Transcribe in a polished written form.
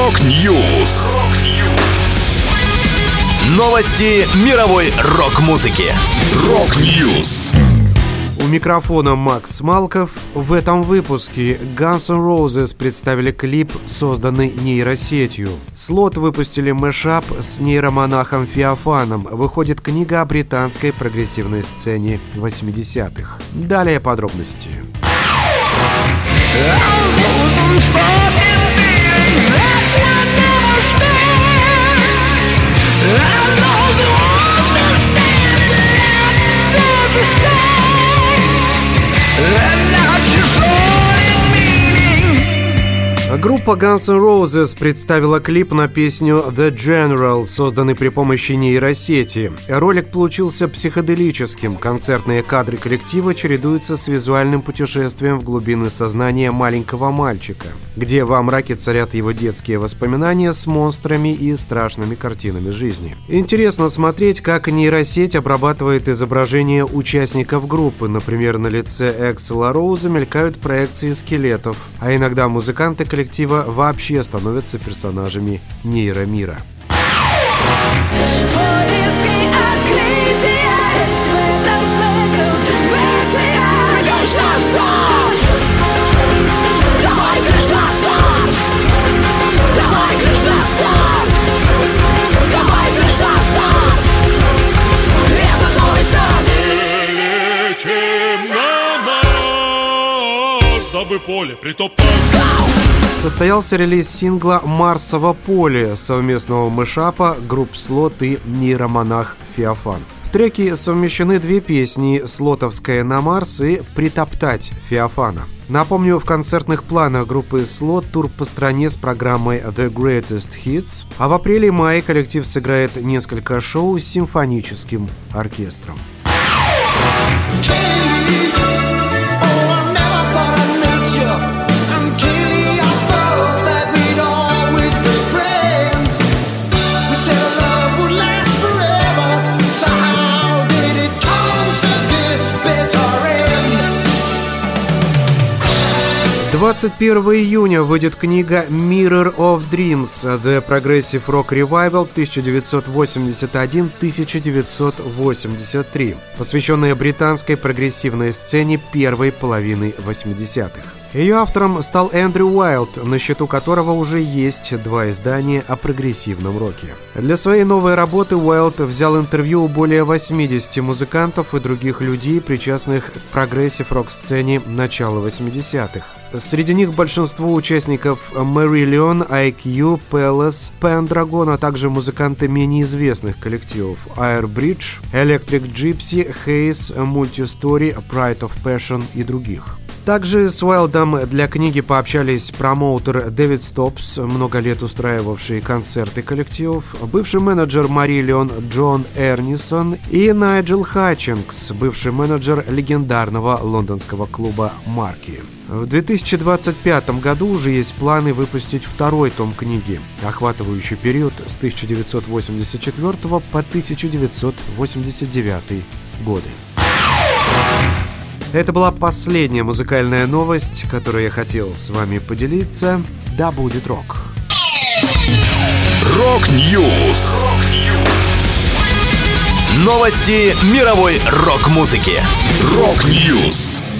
Рок-Ньюс. Новости мировой рок-музыки. Рок-Ньюс. У микрофона Макс Малков. В этом выпуске Guns N' Roses представили клип, созданный нейросетью. Слот выпустили мэшап с нейромонахом Феофаном. Выходит книга о британской прогрессивной сцене 80-х. Далее подробности. Группа Guns N' Roses представила клип на песню «The General», созданный при помощи нейросети. Ролик получился психоделическим. Концертные кадры коллектива чередуются с визуальным путешествием в глубины сознания маленького мальчика, где во мраке царят его детские воспоминания с монстрами и страшными картинами жизни. Интересно смотреть, как нейросеть обрабатывает изображения участников группы. Например, на лице Эксела Роуза мелькают проекции скелетов, а иногда музыканты коллектива вообще становятся персонажами нейромира. Поле притопать. Состоялся релиз сингла «Марсово поле» совместного мэшапа групп Слот и нейромонах Феофан. В треке совмещены две песни «Слотовская на Марс» и «Притоптать Феофана». Напомню, в концертных планах группы Слот тур по стране с программой The Greatest Hits, а в апреле и мае коллектив сыграет несколько шоу с симфоническим оркестром. «21 июня выйдет книга Mirror of Dreams The Progressive Rock Revival 1981-1983», посвященная британской прогрессивной сцене первой половины 80-х. Ее автором стал Эндрю Уайлд, на счету которого уже есть два издания о прогрессивном роке. Для своей новой работы Уайлд взял интервью у более 80 музыкантов и других людей, причастных к прогрессив-рок-сцене начала 80-х. Среди них большинство участников Marillion, IQ, Palace, Pendragon, а также музыканты менее известных коллективов Air Bridge, Electric Gypsy, Haze, Multistory, Pride of Passion и других. Также с Уайлдом для книги пообщались промоутер Дэвид Стопс, много лет устраивавший концерты коллективов, бывший менеджер Marillion Джон Эрнисон и Найджел Хатчингс, бывший менеджер легендарного лондонского клуба Марки. В 2025 году уже есть планы выпустить второй том книги, охватывающий период с 1984 по 1989 годы. Это была последняя музыкальная новость, которую я хотел с вами поделиться. Да будет рок! Рок-Ньюс. Новости мировой рок-музыки. Рок-Ньюс.